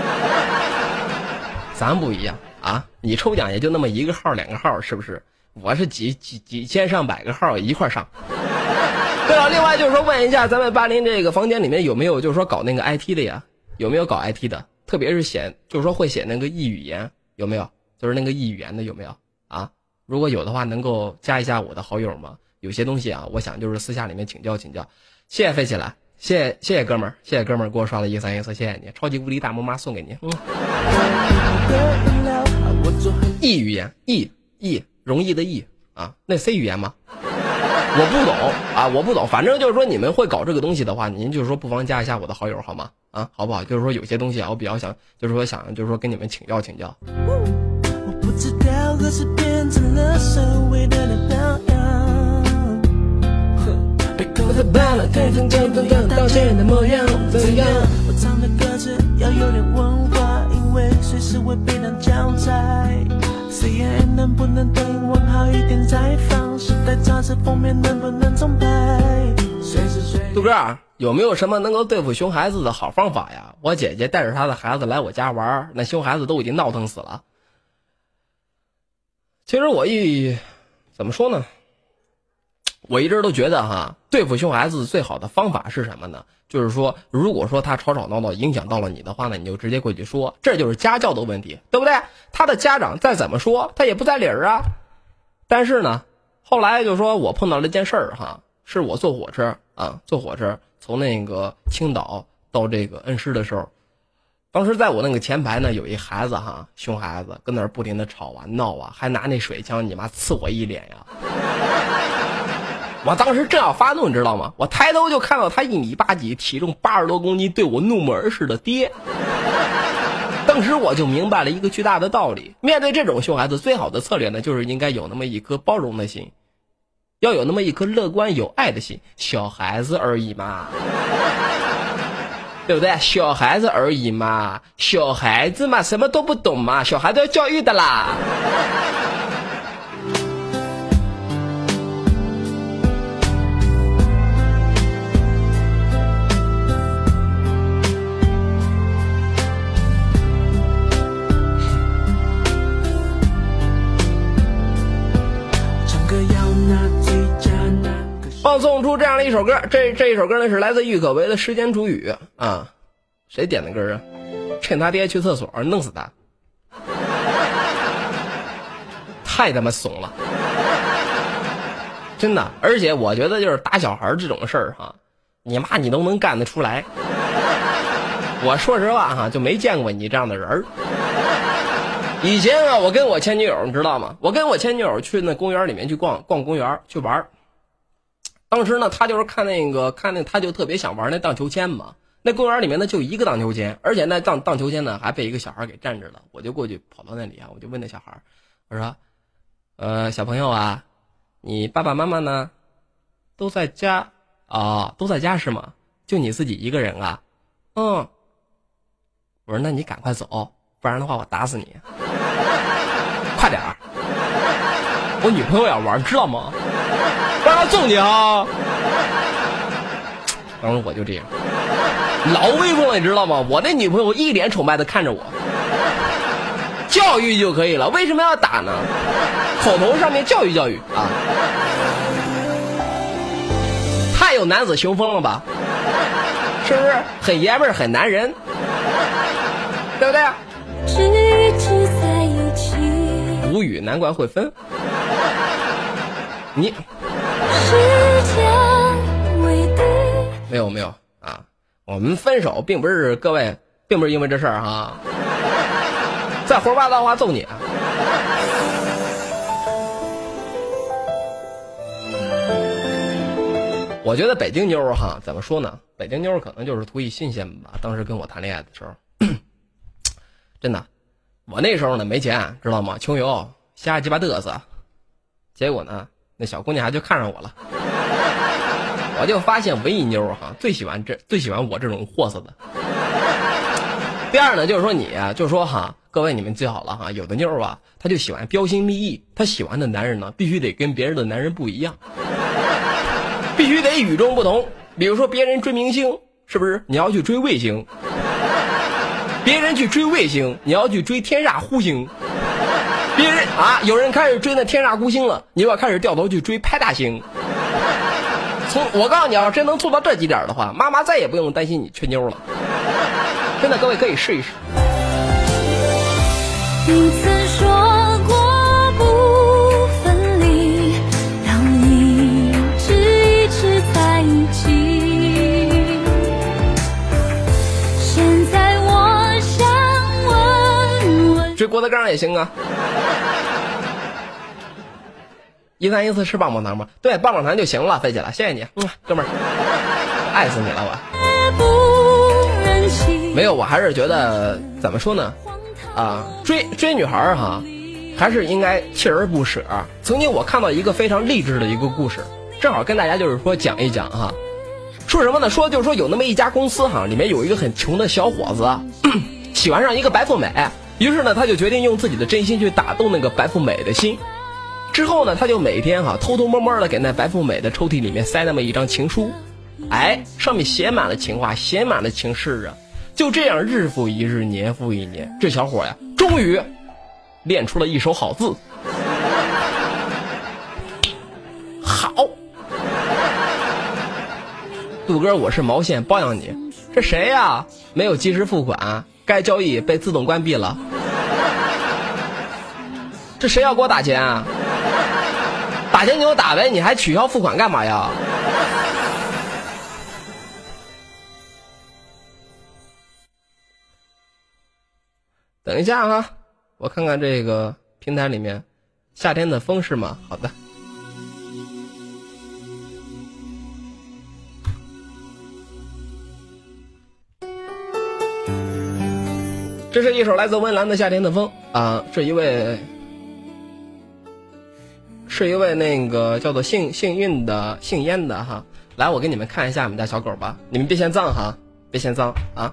咱不一样啊！你抽奖也就那么1个号2个号，是不是？我是几千上百个号一块上。对了，另外就是说问一下咱们80这个房间里面有没有就是说搞那个 IT 的呀？有没有搞 IT 的？特别是就是说会写那个异语言，有没有？就是那个异语言的有没有啊？如果有的话，能够加一下我的好友吗？有些东西啊，我想就是私下里面请教。谢谢飞起来。谢谢哥们儿，谢谢哥们儿给我刷了1314，谢谢你，超级无敌大么妈送给你。易语言，易容易的易啊，那 C 语言吗？我不懂啊，我不懂。反正就是说你们会搞这个东西的话，您就是说不妨加一下我的好友好吗？啊，好不好？就是说有些东西啊，我比较想，就是说跟你们请教。 我不知道何时变成了所谓的榜样。我的办了，对正道歉的模样，怎样？我唱的歌词要有点文化，因为随时会被当教材。CNN 能不能等我好一点再放？时代杂志封面能不能重拍？ 杜哥，有没有什么能够对付熊孩子的好方法呀？我姐姐带着她的孩子来我家玩，那熊孩子都已经闹腾死了。其实怎么说呢？我一直都觉得哈，对付熊孩子最好的方法是什么呢？就是说，如果说他吵闹影响到了你的话呢，你就直接过去说，这就是家教的问题，对不对？他的家长再怎么说，他也不在理儿啊。但是呢，后来就说我碰到了一件事儿哈，是我坐火车从那个青岛到这个恩施的时候，当时在我那个前排呢，有一孩子哈，熊孩子跟那儿不停的吵啊闹啊，还拿那水枪你妈刺我一脸呀。我当时正要发怒，你知道吗？我抬头就看到他1.8米几，体重80多公斤，对我怒目而视的爹。当时我就明白了一个巨大的道理：面对这种熊孩子，最好的策略呢，就是应该有那么一颗包容的心，要有那么一颗乐观有爱的心。小孩子而已嘛，对不对？小孩子而已嘛，小孩子嘛，什么都不懂嘛，小孩子要教育的啦。放送出这样的一首歌，这一首歌呢是来自郁可唯的《时间煮雨》啊，谁点的歌啊？趁他爹去厕所弄死他，太他妈怂了，真的。而且我觉得就是打小孩这种事儿哈，你妈你都能干得出来。我说实话哈，就没见过你这样的人儿。以前啊，我跟我前女友你知道吗？我跟我前女友去那公园里面去逛公园去玩。当时呢，他就是看那他就特别想玩那荡秋千嘛。 那公园里面呢就一个荡秋千，而且那荡秋千呢还被一个小孩给占着了。我就过去跑到那里啊，我就问那小孩，我说小朋友啊，你爸爸妈妈呢都在家啊？都在家是吗？就你自己一个人啊？我说那你赶快走，不然的话我打死你。快点儿，我女朋友要玩，知道吗？不然她揍你啊！当时我就这样，老威风了，你知道吗？我那女朋友一脸崇拜的看着我，教育就可以了，为什么要打呢？口头上面教育啊，太有男子雄风了吧？是不是很爷们儿，很男人，对不对？在一起无语，难怪会分。你没有啊，我们分手并不是各位，并不是因为这事儿哈。再胡说八道的话揍你啊！我觉得北京妞哈，怎么说呢？北京妞可能就是图一新鲜吧。当时跟我谈恋爱的时候，真的，我那时候呢没钱，知道吗？穷游，瞎鸡巴嘚瑟。结果呢，那小姑娘还就看上我了。我就发现文艺妞哈最喜欢我这种货色的。第二呢，就是说你啊，就是说哈，各位你们记好了哈，有的妞啊，她就喜欢标新立异，她喜欢的男人呢，必须得跟别人的男人不一样，必须得与众不同。比如说别人追明星，是不是你要去追卫星？别人去追卫星，你要去追天煞孤星。别人啊，有人开始追那天煞孤星了，你就要开始掉头去追派大星。我告诉你，要真能做到这几点的话，妈妈再也不用担心你缺妞了。真的，各位可以试一试。 你曾说过不分离，要一直在一起。现在我想问问， 追郭德纲也行啊。1314吃棒棒糖吗？对，棒棒糖就行了，飞起来，谢谢你，哥们儿，爱死你了我。没有，我还是觉得怎么说呢？追女孩哈，还是应该锲而不舍。曾经我看到一个非常励志的一个故事，正好跟大家就是说讲一讲哈。说什么呢？就是说有那么一家公司哈，里面有一个很穷的小伙子，喜欢上一个白富美，于是呢，他就决定用自己的真心去打动那个白富美的心。之后呢，他就每天偷偷摸摸的给那白富美的抽屉里面塞那么一张情书，上面写满了情话，写满了情诗啊。就这样日复一日，年复一年，这小伙呀，终于练出了一手好字。好，杜哥，我是毛线包养你。这谁呀？没有及时付款，该交易被自动关闭了。这谁要给我打钱啊？打钱你就打呗，你还取消付款干嘛呀？等一下哈，我看看这个平台里面，夏天的风是吗？好的。这是一首来自温岚的《夏天的风》啊，是一位那个叫做幸烟的哈。来，我给你们看一下我们家小狗吧，你们别嫌脏哈，别嫌脏啊。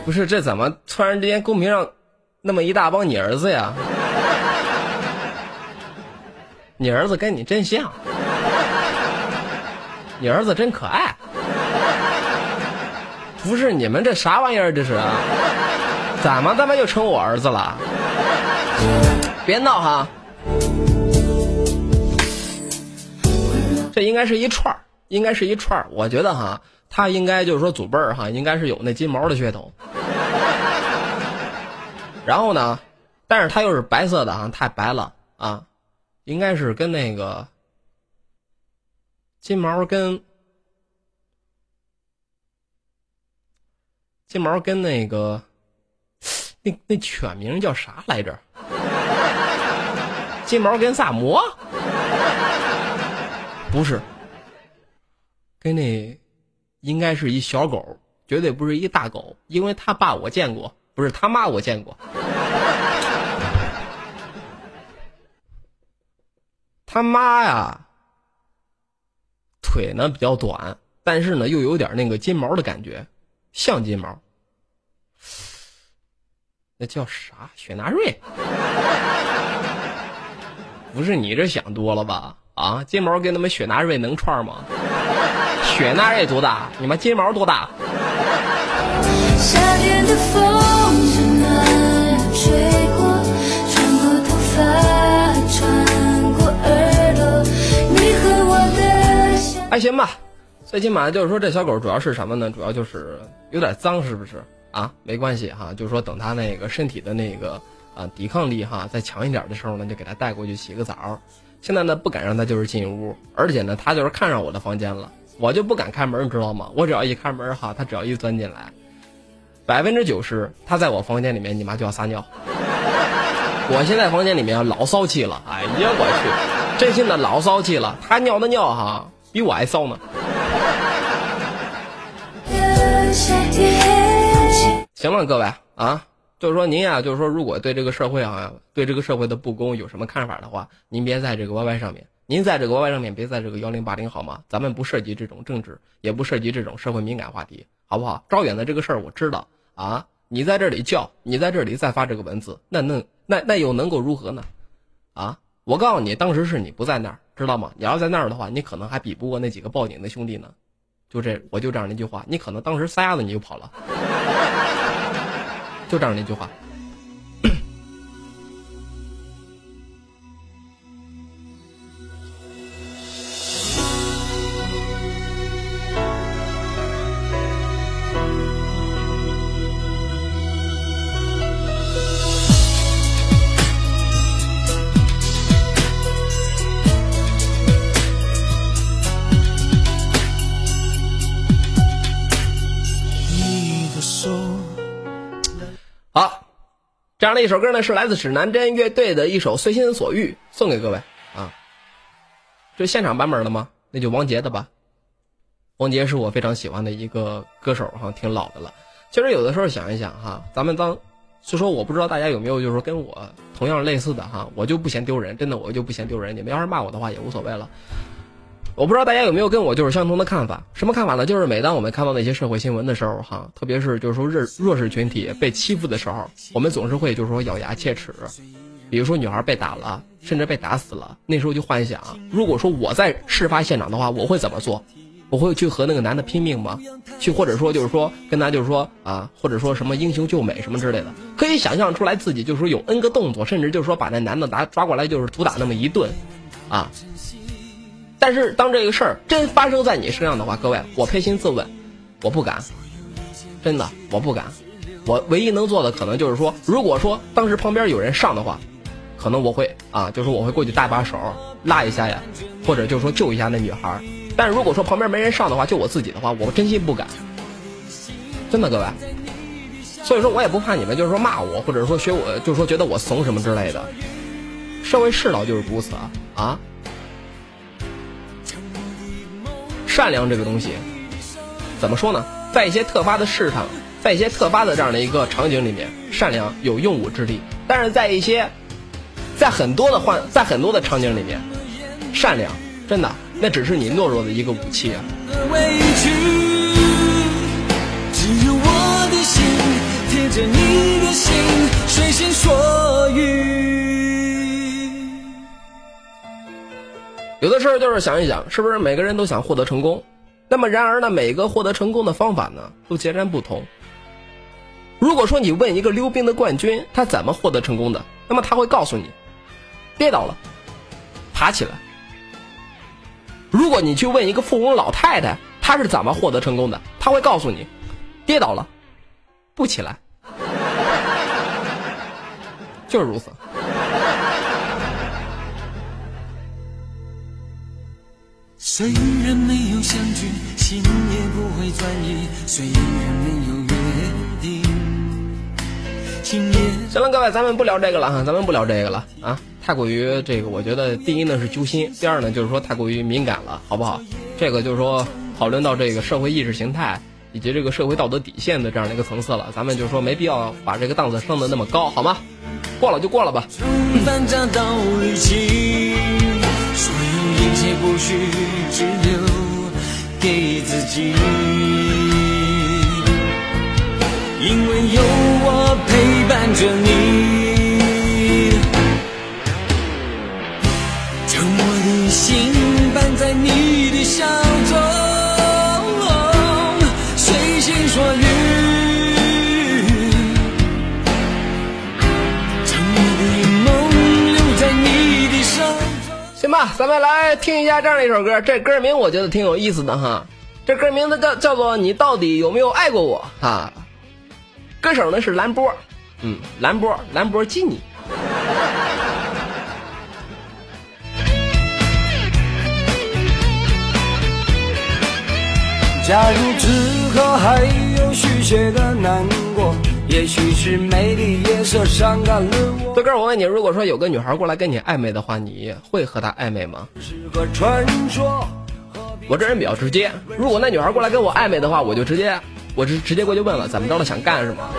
不是，这怎么突然之间公屏上那么一大帮你儿子呀？你儿子跟你真像，你儿子真可爱。不是你们这啥玩意儿？这是怎么他妈又成我儿子了？别闹哈！这应该是一串儿，应该是一串儿。我觉得哈，他应该就是说祖辈儿哈，应该是有那金毛的血统。然后呢，但是他又是白色的啊，太白了啊，应该是跟那个金毛跟那个那犬名叫啥来着？金毛跟萨摩？不是，跟那应该是一小狗，绝对不是一大狗，因为他爸我见过，不是他妈我见过。他妈呀，腿呢比较短，但是呢又有点那个金毛的感觉，像金毛。那叫啥？雪纳瑞？不是你这想多了吧？啊，金毛跟他们雪纳瑞能串吗？雪纳瑞多大？你们金毛多大？ 夏天的风正暖吹过，穿过头发，穿过耳朵，你和我的还行吧，最起码就是说这小狗主要是什么呢？主要就是有点脏，是不是啊？没关系哈，就是说等它那个身体的那个抵抗力哈再强一点的时候呢，就给它带过去洗个澡。现在呢不敢让它就是进屋，而且呢它就是看上我的房间了，我就不敢开门，你知道吗？我只要一开门哈，它只要一钻进来，90%它在我房间里面你妈就要撒尿。我现在房间里面老骚气了，哎呀我去，真心的老骚气了，它尿的尿哈比我还骚呢。行了各位啊，就是说您呀，就是说如果对这个社会啊，对这个社会的不公有什么看法的话，您别在这个 YY 上面，您在这个 YY 上面别在这个1080好吗？咱们不涉及这种政治，也不涉及这种社会敏感话题，好不好？招远的这个事儿我知道啊，你在这里叫，你在这里再发这个文字，那又能够如何呢？啊，我告诉你，当时是你不在那儿，知道吗？你要在那儿的话，你可能还比不过那几个报警的兄弟呢。我就这样那句话，你可能当时撒丫子你就跑了，就这样那句话。好，这样的一首歌呢，是来自指南针乐队的一首《随心所欲》，送给各位啊。这是现场版本的吗？那就王杰的吧。王杰是我非常喜欢的一个歌手哈，挺老的了。其实有的时候想一想哈，咱们就说我不知道大家有没有就是说跟我同样类似的哈，我就不嫌丢人，真的我就不嫌丢人。你们要是骂我的话也无所谓了。我不知道大家有没有跟我就是相同的看法，什么看法呢？就是每当我们看到那些社会新闻的时候哈，特别是就是说弱势群体被欺负的时候，我们总是会就是说咬牙切齿。比如说女孩被打了，甚至被打死了，那时候就幻想，如果说我在事发现场的话，我会怎么做？我会去和那个男的拼命吗？或者说就是说跟他就是说啊，或者说什么英雄救美什么之类的，可以想象出来自己就是说有 N 个动作，甚至就是说把那男的抓过来就是毒打那么一顿啊。但是当这个事儿真发生在你身上的话，各位，我扪心自问，我不敢，真的我不敢。我唯一能做的可能就是说，如果说当时旁边有人上的话，可能我会啊，就是我会过去搭把手拉一下呀，或者就是说救一下那女孩。但是如果说旁边没人上的话，就我自己的话，我真心不敢，真的各位。所以说我也不怕你们就是说骂我，或者说学我就是说觉得我怂什么之类的。社会世道就是如此啊。善良这个东西怎么说呢，在一些特发的市场，在一些特发的这样的一个场景里面，善良有用武之地，但是在很多的场景里面，善良真的那只是你懦弱的一个武器啊。 委屈只有我的心着你的心随心所欲。 有的时候就是想一想，是不是每个人都想获得成功？那么然而呢，每个获得成功的方法呢都截然不同。如果说你问一个溜冰的冠军他怎么获得成功的，那么他会告诉你跌倒了爬起来。如果你去问一个富翁老太太她是怎么获得成功的，她会告诉你跌倒了不起来。就是如此。 虽然没有相聚，心也不会转移，虽然没有约定，今夜。 行了，各位，咱们不聊这个了哈，咱们不聊这个了啊，太过于这个，我觉得第一呢是揪心，第二呢就是说太过于敏感了，好不好？这个就是说讨论到这个社会意识形态以及这个社会道德底线的这样的一个层次了，咱们就是说没必要把这个档次升得那么高，好吗？过了就过了吧。 反正到旅行，所有一切不需只留给自己，因为有我陪伴着你，将我的心伴在你的笑中，随心所欲。 行吧，咱们来听一下这样的一首歌，这歌名我觉得挺有意思的哈，这歌名字叫做你到底有没有爱过我啊？歌手呢是兰波，兰博基尼。 假如之后还有续写的难过，也许是美丽夜色伤感了我。 这歌我问你，如果说有个女孩过来跟你暧昧的话，你会和她暧昧吗？我这人比较直接，如果那女孩过来跟我暧昧的话，我直接过去问了，怎么着了，想干是吗？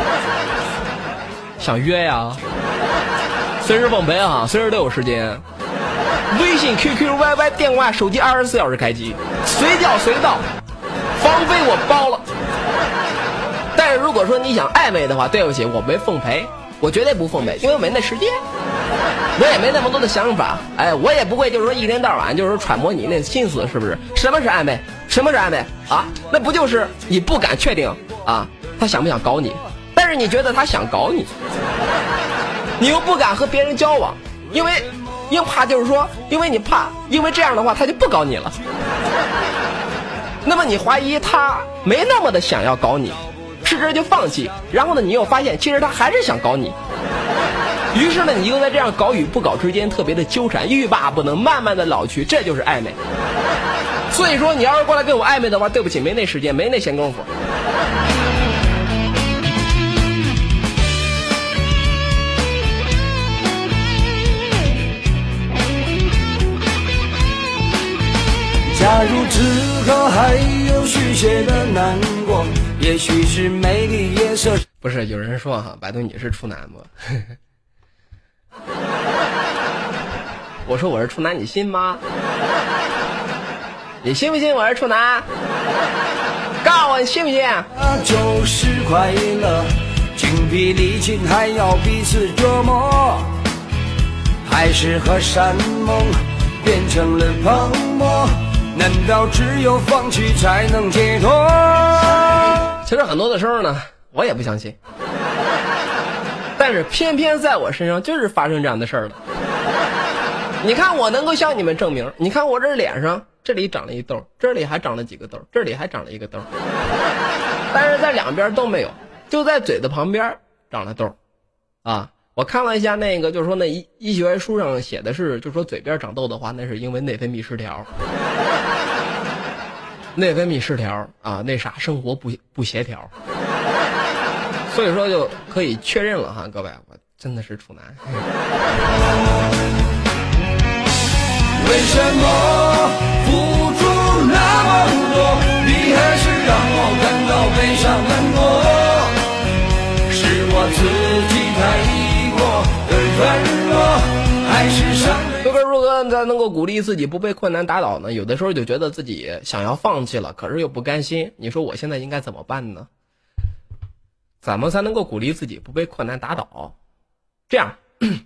想约呀？随时奉陪啊，随时都有时间。微信、QQ、YY 电话、手机24小时开机，随叫随到，房费我包了。但是如果说你想暧昧的话，对不起，我没奉陪，我绝对不奉陪，因为我没那时间，我也没那么多的想法，我也不会就是说一天到晚就是说揣摩你那心思，是不是？什么是暧昧？什么是暧昧啊？那不就是你不敢确定啊，他想不想搞你？但是你觉得他想搞你，你又不敢和别人交往，因为怕就是说，因为你怕，因为这样的话他就不搞你了。那么你怀疑他没那么的想要搞你，试着就放弃，然后呢，你又发现其实他还是想搞你，于是呢，你又在这样搞与不搞之间特别的纠缠，欲罢不能，慢慢的老去，这就是暧昧。所以说，你要是过来跟我暧昧的话，对不起，没那时间，没那闲工夫。 假如之后还有续写的难过，也许是美丽夜色。 不是有人说哈，百度你是处男不？我说我是处男，你信吗？你信不信我是处男？告诉我你信不信？ 就是快乐，精疲力尽还要彼此折磨，海誓和山盟变成了泡沫，难道只有放弃才能解脱？ 其实很多的时候呢，我也不相信，但是偏偏在我身上就是发生这样的事儿了。你看我能够向你们证明，你看我这脸上这里长了一痘，这里还长了几个痘，这里还长了一个痘，但是在两边都没有，就在嘴的旁边长了痘啊。我看了一下那个，就是说那医学书上写的是，就是说嘴边长痘的话，那是因为内分泌失调，内分泌失调啊，那啥生活不协调，所以说就可以确认了哈，各位，我真的是处男。 为什么付出那么多，你还是让我感到悲伤难过？是我自己太过的软弱，还是伤人？ 如何才能够鼓励自己不被困难打倒呢？有的时候就觉得自己想要放弃了，可是又不甘心。你说我现在应该怎么办呢？ 怎么才能够鼓励自己不被困难打倒？这样，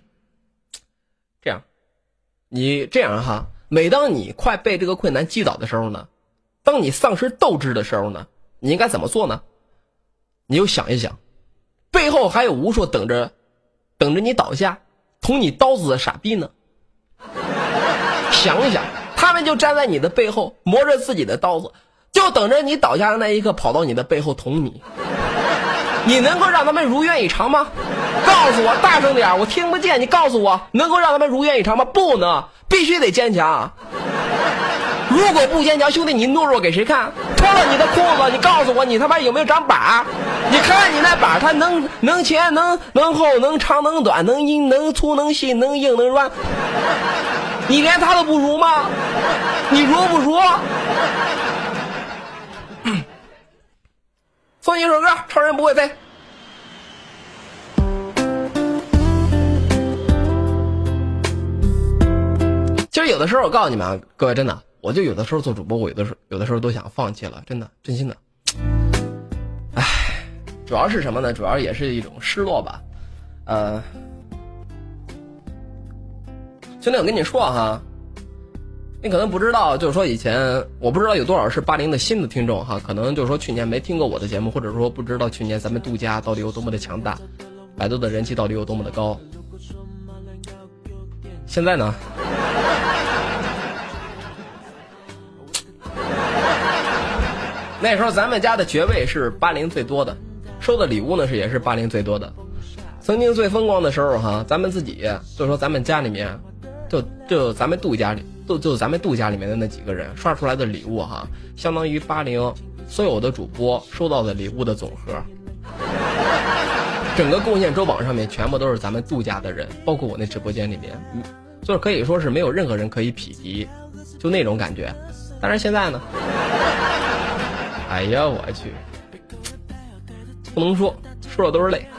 你这样哈，每当你快被这个困难击倒的时候呢，当你丧失斗志的时候呢，你应该怎么做呢？你就想一想，背后还有无数等着你倒下捅你刀子的傻逼呢。想一想，他们就站在你的背后磨着自己的刀子，就等着你倒下的那一刻跑到你的背后捅你。你能够让他们如愿以偿吗？告诉我，大声点，我听不见。你告诉我，能够让他们如愿以偿吗？不能，必须得坚强。如果不坚强，兄弟，你懦弱给谁看？脱了你的裤子，你告诉我，你他妈有没有长把？你看你那把，它能前能后，能长能短，能阴能粗能细，能硬能软，你连他都不如吗？你如不如？送你一首歌，超人不会飞。其实有的时候我告诉你们啊，各位真的，我就有的时候做主播，我有的时候都想放弃了，真的，真心的。唉，主要是什么呢？主要也是一种失落吧。兄弟，我跟你说哈，你可能不知道，就是说以前我不知道有多少是80的新的听众哈，可能就是说去年没听过我的节目，或者说不知道去年咱们杜家到底有多么的强大，百度的人气到底有多么的高。现在呢，那时候咱们家的爵位是80最多的，收的礼物呢也是80最多的。曾经最风光的时候哈，咱们自己就是说咱们家里面就咱们杜家里就咱们杜家里面的那几个人刷出来的礼物哈，相当于80所有的主播收到的礼物的总和。整个贡献周榜上面全部都是咱们杜家的人，包括我那直播间里面，就是可以说是没有任何人可以匹敌，就那种感觉。但是现在呢，哎呀我去，不能说了都是泪。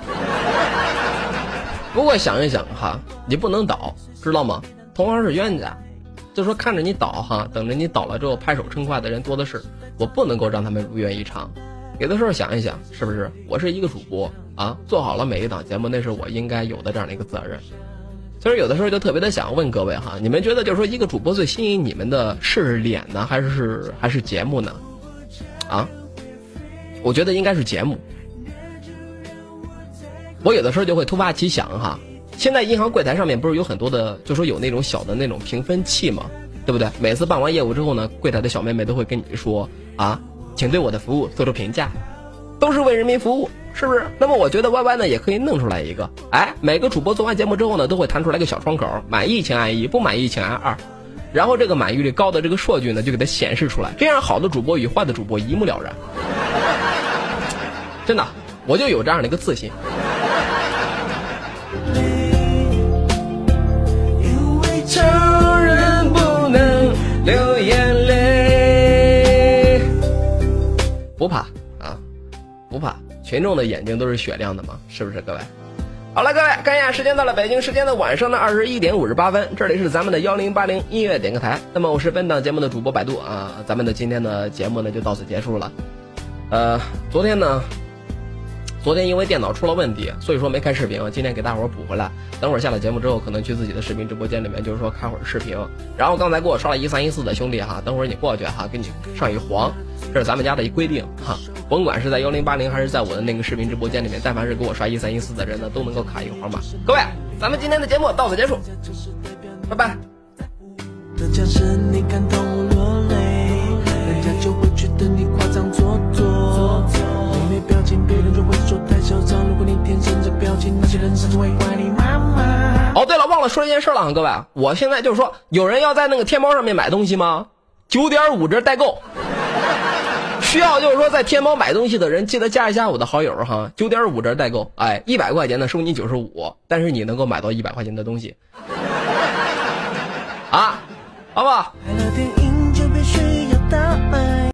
不过想一想哈，你不能倒，知道吗？同行是冤家，就说看着你倒哈，等着你倒了之后拍手称快的人多的是，我不能够让他们如愿以偿。有的时候想一想，是不是我是一个主播啊，做好了每一档节目，那是我应该有的这样的一个责任。其实有的时候就特别的想问各位哈，你们觉得就是说一个主播最吸引你们的是脸呢，还是节目呢？啊，我觉得应该是节目。我有的时候就会突发奇想哈，现在银行柜台上面不是有很多的，就说有那种小的那种评分器嘛，对不对？每次办完业务之后呢，柜台的小妹妹都会跟你说啊，请对我的服务做出评价，都是为人民服务，是不是？那么我觉得 YY 呢也可以弄出来一个，哎，每个主播做完节目之后呢，都会弹出来个小窗口，满意请按1，不满意请按2，然后这个满意率高的这个数据呢就给它显示出来，这样好的主播与坏的主播一目了然。真的，我就有这样的一个自信。超人不能流眼泪，不怕啊，不怕，群众的眼睛都是雪亮的嘛，是不是各位？好了，各位，看一下时间到了北京时间的晚上的21点58分，这里是咱们的1080音乐点歌台。那么我是本档节目的主播百度啊，咱们的今天的节目呢就到此结束了。昨天因为电脑出了问题，所以说没开视频，今天给大伙儿补回来。等会儿下了节目之后，可能去自己的视频直播间里面，就是说开会儿视频。然后刚才给我刷了1314的兄弟哈，等会儿你过去哈，给你上一黄，这是咱们家的一规定哈。甭管是在1080还是在我的那个视频直播间里面，但凡是给我刷1314的人呢，都能够卡一个黄码。各位，咱们今天的节目到此结束，拜拜。 的是你感动落泪，人家就会觉得你夸张做作，你没表情别人就会说太嚣张，如果你天生这表情，那些人只会怪你妈妈。 哦对了，忘了说一件事了，各位，我现在就是说有人要在那个天猫上面买东西吗？9.5折代购，需要就是说在天猫买东西的人记得加一下我的好友哈，9.5折代购，哎，100块钱呢收你95，但是你能够买到100块钱的东西啊，好不好？